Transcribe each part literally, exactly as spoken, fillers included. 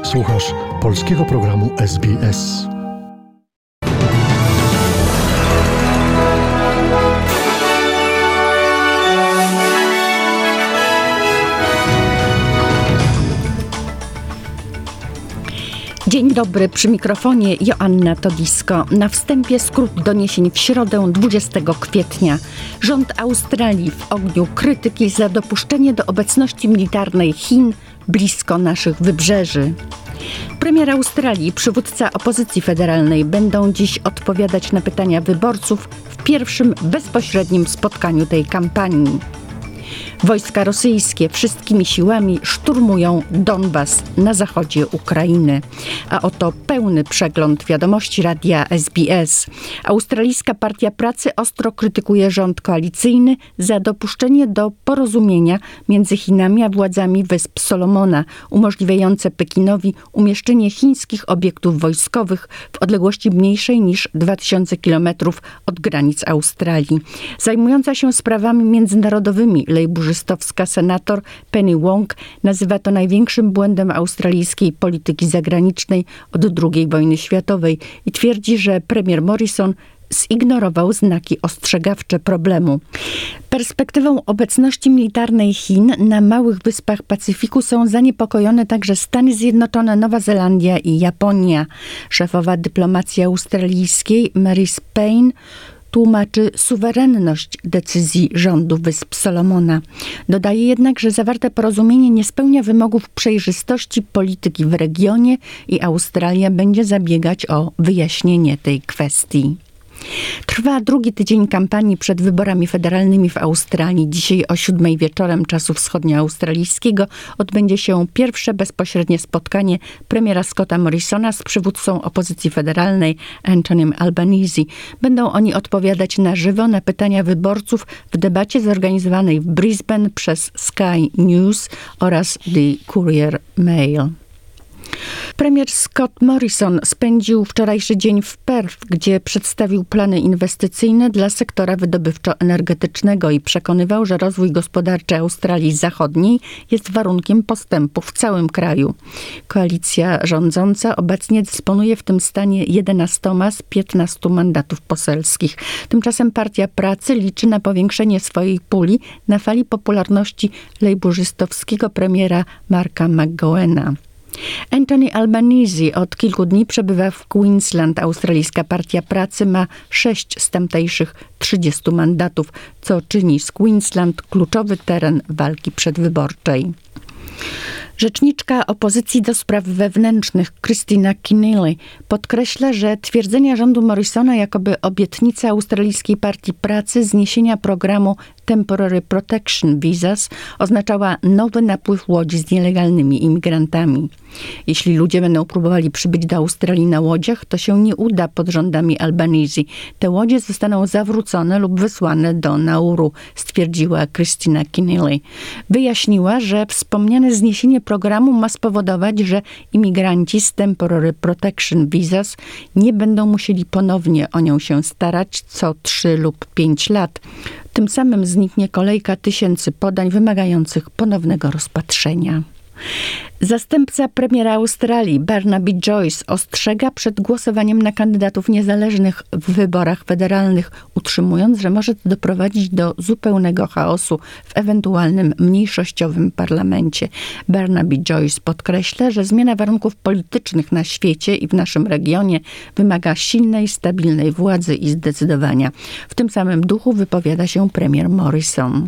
Słuchasz polskiego programu S B S. Dzień dobry, przy mikrofonie Joanna Todisko. Na wstępie skrót doniesień w środę dwudziestego kwietnia. Rząd Australii w ogniu krytyki za dopuszczenie do obecności militarnej Chin blisko naszych wybrzeży. Premier Australii i przywódca opozycji federalnej będą dziś odpowiadać na pytania wyborców w pierwszym bezpośrednim spotkaniu tej kampanii. Wojska rosyjskie wszystkimi siłami szturmują Donbas na zachodzie Ukrainy. A oto pełny przegląd wiadomości radia S B S. Australijska Partia Pracy ostro krytykuje rząd koalicyjny za dopuszczenie do porozumienia między Chinami a władzami Wysp Solomona, umożliwiające Pekinowi umieszczenie chińskich obiektów wojskowych w odległości mniejszej niż dwa tysiące kilometrów od granic Australii. Zajmująca się sprawami międzynarodowymi lejburzystowska senator Penny Wong nazywa to największym błędem australijskiej polityki zagranicznej od drugiej wojny światowej i twierdzi, że premier Morrison zignorował znaki ostrzegawcze problemu. Perspektywą obecności militarnej Chin na małych wyspach Pacyfiku są zaniepokojone także Stany Zjednoczone, Nowa Zelandia i Japonia. Szefowa dyplomacji australijskiej Mary Payne tłumaczy suwerenność decyzji rządu Wysp Solomona. Dodaje jednak, że zawarte porozumienie nie spełnia wymogów przejrzystości polityki w regionie i Australia będzie zabiegać o wyjaśnienie tej kwestii. Trwa drugi tydzień kampanii przed wyborami federalnymi w Australii. Dzisiaj o siódmej wieczorem czasu wschodnioaustralijskiego odbędzie się pierwsze bezpośrednie spotkanie premiera Scotta Morrisona z przywódcą opozycji federalnej Antonym Albanese. Będą oni odpowiadać na żywo na pytania wyborców w debacie zorganizowanej w Brisbane przez Sky News oraz The Courier Mail. Premier Scott Morrison spędził wczorajszy dzień w Perth, gdzie przedstawił plany inwestycyjne dla sektora wydobywczo-energetycznego i przekonywał, że rozwój gospodarczy Australii Zachodniej jest warunkiem postępu w całym kraju. Koalicja rządząca obecnie dysponuje w tym stanie jedenastoma z piętnastu mandatów poselskich. Tymczasem Partia Pracy liczy na powiększenie swojej puli na fali popularności lejburzystowskiego premiera Marka McGowana. Anthony Albanese od kilku dni przebywa w Queensland. Australijska Partia Pracy ma sześć z tamtejszych trzydziestu mandatów, co czyni z Queensland kluczowy teren walki przedwyborczej. Rzeczniczka opozycji do spraw wewnętrznych Christina Keneally podkreśla, że twierdzenia rządu Morrisona, jakoby obietnica australijskiej Partii Pracy zniesienia programu Temporary Protection Visas oznaczała nowy napływ łodzi z nielegalnymi imigrantami. Jeśli ludzie będą próbowali przybyć do Australii na łodziach, to się nie uda pod rządami Albanese. Te łodzie zostaną zawrócone lub wysłane do Nauru, stwierdziła Christina Keneally. Wyjaśniła, że wspomniane zniesienie programu ma spowodować, że imigranci z Temporary Protection Visas nie będą musieli ponownie o nią się starać co trzy lub pięć lat. Tym samym zniknie kolejka tysięcy podań wymagających ponownego rozpatrzenia. Zastępca premiera Australii Barnaby Joyce ostrzega przed głosowaniem na kandydatów niezależnych w wyborach federalnych, utrzymując, że może to doprowadzić do zupełnego chaosu w ewentualnym mniejszościowym parlamencie. Barnaby Joyce podkreśla, że zmiana warunków politycznych na świecie i w naszym regionie wymaga silnej, stabilnej władzy i zdecydowania. W tym samym duchu wypowiada się premier Morrison.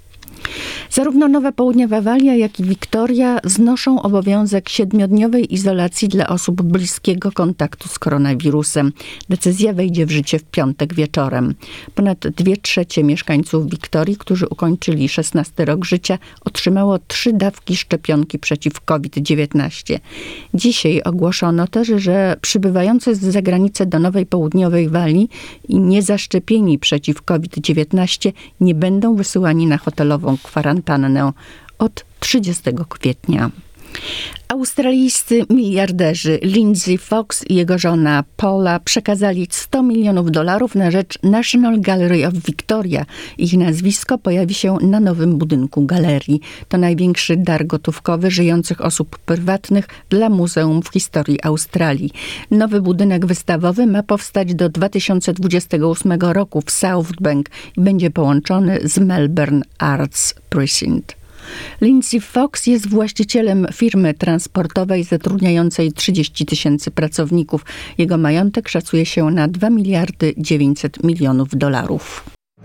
Zarówno Nowa Południowa Walia, jak i Wiktoria znoszą obowiązek siedmiodniowej izolacji dla osób bliskiego kontaktu z koronawirusem. Decyzja wejdzie w życie w piątek wieczorem. Ponad dwie trzecie mieszkańców Wiktorii, którzy ukończyli szesnasty rok życia, otrzymało trzy dawki szczepionki przeciw COVID dziewiętnaście. Dzisiaj ogłoszono też, że przybywający z zagranicy do Nowej Południowej Walii i niezaszczepieni przeciw COVID dziewiętnaście nie będą wysyłani na hotelową kwarantannę od trzydziestego kwietnia. Australijscy miliarderzy Lindsay Fox i jego żona Paula przekazali sto milionów dolarów na rzecz National Gallery of Victoria. Ich nazwisko pojawi się na nowym budynku galerii. To największy dar gotówkowy żyjących osób prywatnych dla Muzeum w Historii Australii. Nowy budynek wystawowy ma powstać do dwa tysiące dwudziestego ósmego roku w Southbank i będzie połączony z Melbourne Arts Precinct. Lindsay Fox jest właścicielem firmy transportowej zatrudniającej trzydzieści tysięcy pracowników. Jego majątek szacuje się na dwa miliardy dziewięćset milionów dolarów.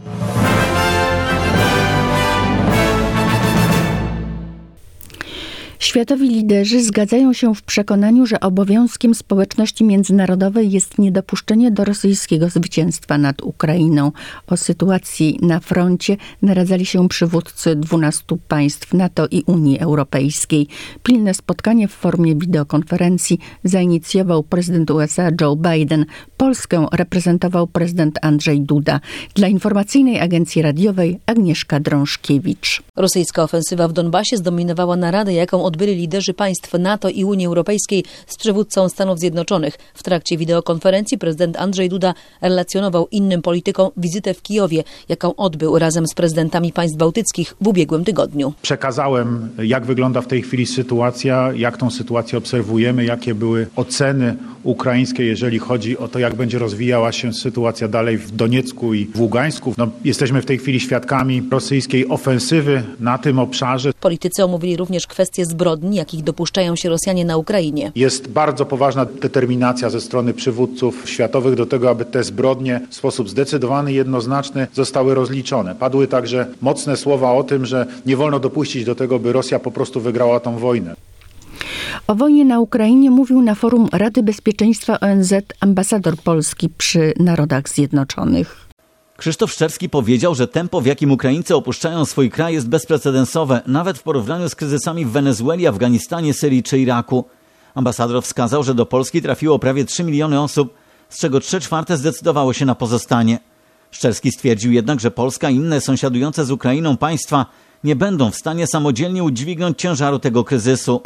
Światowi liderzy zgadzają się w przekonaniu, że obowiązkiem społeczności międzynarodowej jest niedopuszczenie do rosyjskiego zwycięstwa nad Ukrainą. O sytuacji na froncie naradzali się przywódcy dwunastu państw NATO i Unii Europejskiej. Pilne spotkanie w formie wideokonferencji zainicjował prezydent U S A Joe Biden. Polskę reprezentował prezydent Andrzej Duda. Dla informacyjnej agencji radiowej Agnieszka Drążkiewicz. Rosyjska ofensywa w Donbasie zdominowała naradę, jaką odbyli liderzy państw NATO i Unii Europejskiej z przywódcą Stanów Zjednoczonych. W trakcie wideokonferencji prezydent Andrzej Duda relacjonował innym politykom wizytę w Kijowie, jaką odbył razem z prezydentami państw bałtyckich w ubiegłym tygodniu. Przekazałem, jak wygląda w tej chwili sytuacja, jak tą sytuację obserwujemy, jakie były oceny ukraińskie, jeżeli chodzi o to, jak będzie rozwijała się sytuacja dalej w Doniecku i w Ługańsku. No, jesteśmy w tej chwili świadkami rosyjskiej ofensywy na tym obszarze. Politycy omówili również kwestie zbrodni, jakich dopuszczają się Rosjanie na Ukrainie. Jest bardzo poważna determinacja ze strony przywódców światowych do tego, aby te zbrodnie w sposób zdecydowany i jednoznaczny zostały rozliczone. Padły także mocne słowa o tym, że nie wolno dopuścić do tego, by Rosja po prostu wygrała tą wojnę. O wojnie na Ukrainie mówił na forum Rady Bezpieczeństwa O N Z ambasador Polski przy Narodach Zjednoczonych. Krzysztof Szczerski powiedział, że tempo, w jakim Ukraińcy opuszczają swój kraj, jest bezprecedensowe, nawet w porównaniu z kryzysami w Wenezueli, Afganistanie, Syrii czy Iraku. Ambasador wskazał, że do Polski trafiło prawie trzy miliony osób, z czego trzy czwarte zdecydowało się na pozostanie. Szczerski stwierdził jednak, że Polska i inne sąsiadujące z Ukrainą państwa nie będą w stanie samodzielnie udźwignąć ciężaru tego kryzysu.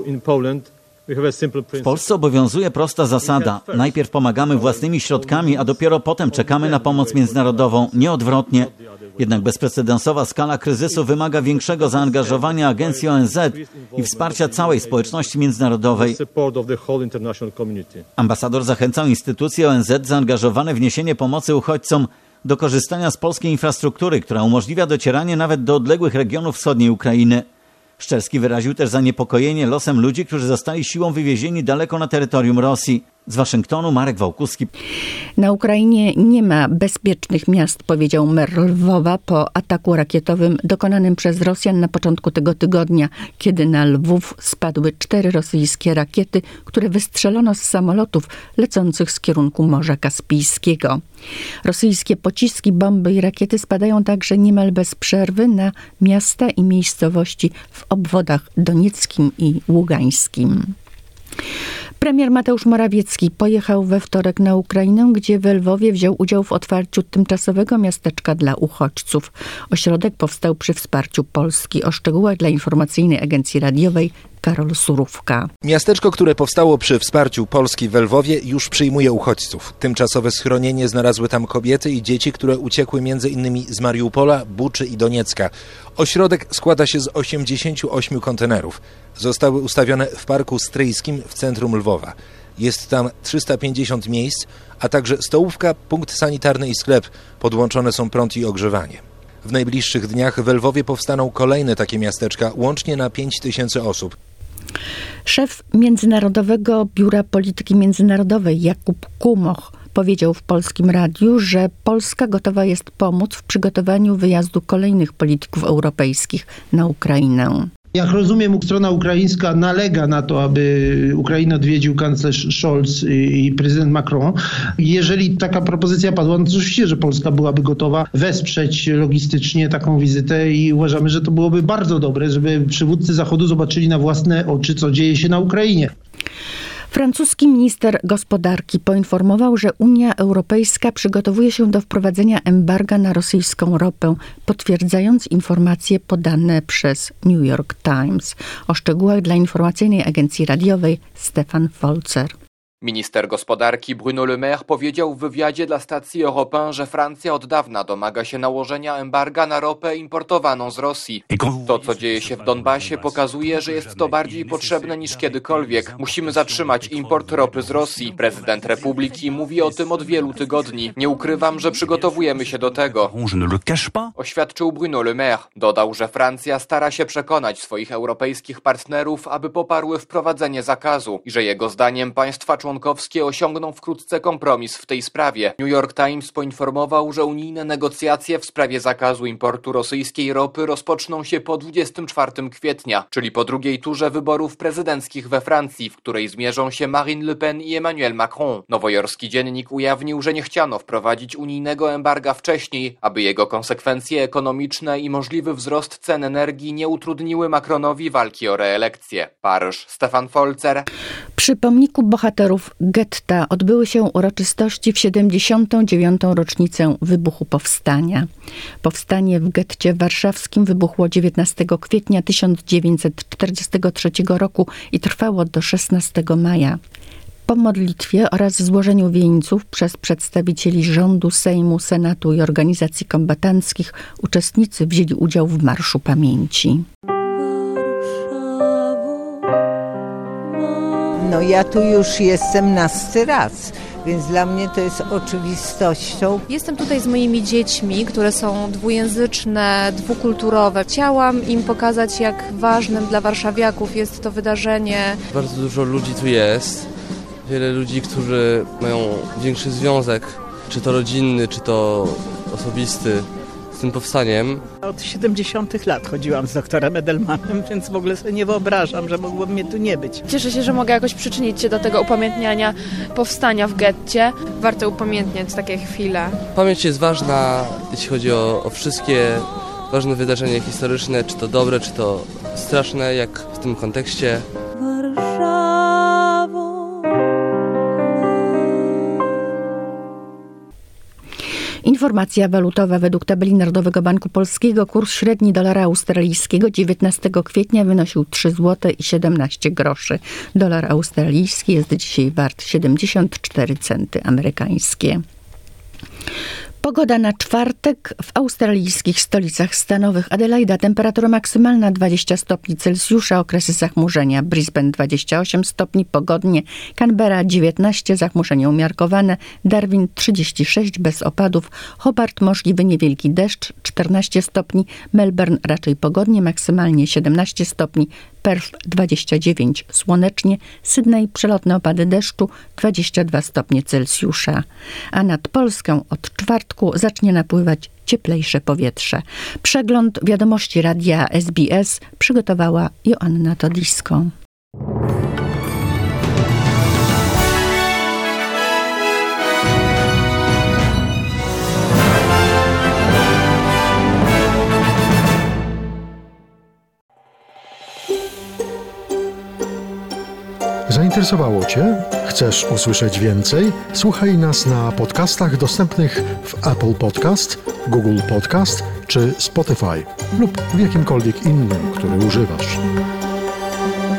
W Polsce obowiązuje prosta zasada. Najpierw pomagamy własnymi środkami, a dopiero potem czekamy na pomoc międzynarodową, nie odwrotnie. Jednak bezprecedensowa skala kryzysu wymaga większego zaangażowania agencji O N Z i wsparcia całej społeczności międzynarodowej. Ambasador zachęcał instytucje O N Z zaangażowane w niesienie pomocy uchodźcom do korzystania z polskiej infrastruktury, która umożliwia docieranie nawet do odległych regionów wschodniej Ukrainy. Szczerski wyraził też zaniepokojenie losem ludzi, którzy zostali siłą wywiezieni daleko na terytorium Rosji. Z Waszyngtonu Marek Wałkuski. Na Ukrainie nie ma bezpiecznych miast, powiedział mer Lwowa po ataku rakietowym dokonanym przez Rosjan na początku tego tygodnia, kiedy na Lwów spadły cztery rosyjskie rakiety, które wystrzelono z samolotów lecących z kierunku Morza Kaspijskiego. Rosyjskie pociski, bomby i rakiety spadają także niemal bez przerwy na miasta i miejscowości w obwodach donieckim i ługańskim. Premier Mateusz Morawiecki pojechał we wtorek na Ukrainę, gdzie w Lwowie wziął udział w otwarciu tymczasowego miasteczka dla uchodźców. Ośrodek powstał przy wsparciu Polski. O szczegółach dla informacyjnej agencji radiowej Karol Surówka. Miasteczko, które powstało przy wsparciu Polski w Lwowie, już przyjmuje uchodźców. Tymczasowe schronienie znalazły tam kobiety i dzieci, które uciekły między innymi z Mariupola, Buczy i Doniecka. Ośrodek składa się z osiemdziesięciu ośmiu kontenerów. Zostały ustawione w Parku Stryjskim w centrum Lwowa. Jest tam trzysta pięćdziesiąt miejsc, a także stołówka, punkt sanitarny i sklep. Podłączone są prąd i ogrzewanie. W najbliższych dniach w Lwowie powstaną kolejne takie miasteczka, łącznie na pięć tysięcy osób. Szef Międzynarodowego Biura Polityki Międzynarodowej Jakub Kumoch powiedział w Polskim Radiu, że Polska gotowa jest pomóc w przygotowaniu wyjazdu kolejnych polityków europejskich na Ukrainę. Jak rozumiem, strona ukraińska nalega na to, aby Ukrainę odwiedził kanclerz Scholz i prezydent Macron. Jeżeli taka propozycja padła, no to oczywiście, że Polska byłaby gotowa wesprzeć logistycznie taką wizytę i uważamy, że to byłoby bardzo dobre, żeby przywódcy Zachodu zobaczyli na własne oczy, co dzieje się na Ukrainie. Francuski minister gospodarki poinformował, że Unia Europejska przygotowuje się do wprowadzenia embarga na rosyjską ropę, potwierdzając informacje podane przez New York Times. O szczegółach dla informacyjnej agencji radiowej Stefan Folzer. Minister gospodarki Bruno Le Maire powiedział w wywiadzie dla stacji Europe jeden, że Francja od dawna domaga się nałożenia embarga na ropę importowaną z Rosji. To, co dzieje się w Donbasie, pokazuje, że jest to bardziej potrzebne niż kiedykolwiek. Musimy zatrzymać import ropy z Rosji. Prezydent Republiki mówi o tym od wielu tygodni. Nie ukrywam, że przygotowujemy się do tego, oświadczył Bruno Le Maire. Dodał, że Francja stara się przekonać swoich europejskich partnerów, aby poparły wprowadzenie zakazu i że jego zdaniem państwa członkowskie osiągną wkrótce kompromis w tej sprawie. New York Times poinformował, że unijne negocjacje w sprawie zakazu importu rosyjskiej ropy rozpoczną się po dwudziestego czwartego kwietnia, czyli po drugiej turze wyborów prezydenckich we Francji, w której zmierzą się Marine Le Pen i Emmanuel Macron. Nowojorski dziennik ujawnił, że nie chciano wprowadzić unijnego embarga wcześniej, aby jego konsekwencje ekonomiczne i możliwy wzrost cen energii nie utrudniły Macronowi walki o reelekcję. Paryż, Stefan Folzer. Przy pomniku bohaterów getta odbyły się uroczystości w siedemdziesiątą dziewiątą rocznicę wybuchu powstania. Powstanie w getcie warszawskim wybuchło dziewiętnastego kwietnia tysiąc dziewięćset czterdziestego trzeciego roku i trwało do szesnastego maja. Po modlitwie oraz złożeniu wieńców przez przedstawicieli rządu, Sejmu, Senatu i organizacji kombatanckich uczestnicy wzięli udział w Marszu Pamięci. No ja tu już jestem nasty raz, więc dla mnie to jest oczywistością. Jestem tutaj z moimi dziećmi, które są dwujęzyczne, dwukulturowe. Chciałam im pokazać, jak ważnym dla warszawiaków jest to wydarzenie. Bardzo dużo ludzi tu jest, wiele ludzi, którzy mają większy związek, czy to rodzinny, czy to osobisty, z tym powstaniem. Od siedemdziesiątych lat chodziłam z doktorem Edelmanem, więc w ogóle sobie nie wyobrażam, że mogło mnie tu nie być. Cieszę się, że mogę jakoś przyczynić się do tego upamiętniania powstania w getcie. Warto upamiętniać takie chwile. Pamięć jest ważna, jeśli chodzi o, o wszystkie ważne wydarzenia historyczne, czy to dobre, czy to straszne, jak w tym kontekście. Informacja walutowa. Według tabeli Narodowego Banku Polskiego kurs średni dolara australijskiego dziewiętnastego kwietnia wynosił trzy złote i siedemnaście groszy. Dolar australijski jest dzisiaj wart siedemdziesiąt cztery centy amerykańskie. Pogoda na czwartek w australijskich stolicach stanowych. Adelaida temperatura maksymalna dwadzieścia stopni Celsjusza, okresy zachmurzenia. Brisbane dwadzieścia osiem stopni, pogodnie. Canberra dziewiętnaście, zachmurzenie umiarkowane. Darwin trzydzieści sześć, bez opadów. Hobart możliwy niewielki deszcz, czternaście stopni. Melbourne raczej pogodnie, maksymalnie siedemnaście stopni. Perth dwadzieścia dziewięć, słonecznie. Sydney przelotne opady deszczu, dwadzieścia dwa stopnie Celsjusza. A nad Polską od czwartku zacznie napływać cieplejsze powietrze. Przegląd wiadomości radia S B S przygotowała Joanna Todisko. Zainteresowało Cię? Chcesz usłyszeć więcej? Słuchaj nas na podcastach dostępnych w Apple Podcast, Google Podcast czy Spotify lub w jakimkolwiek innym, który używasz.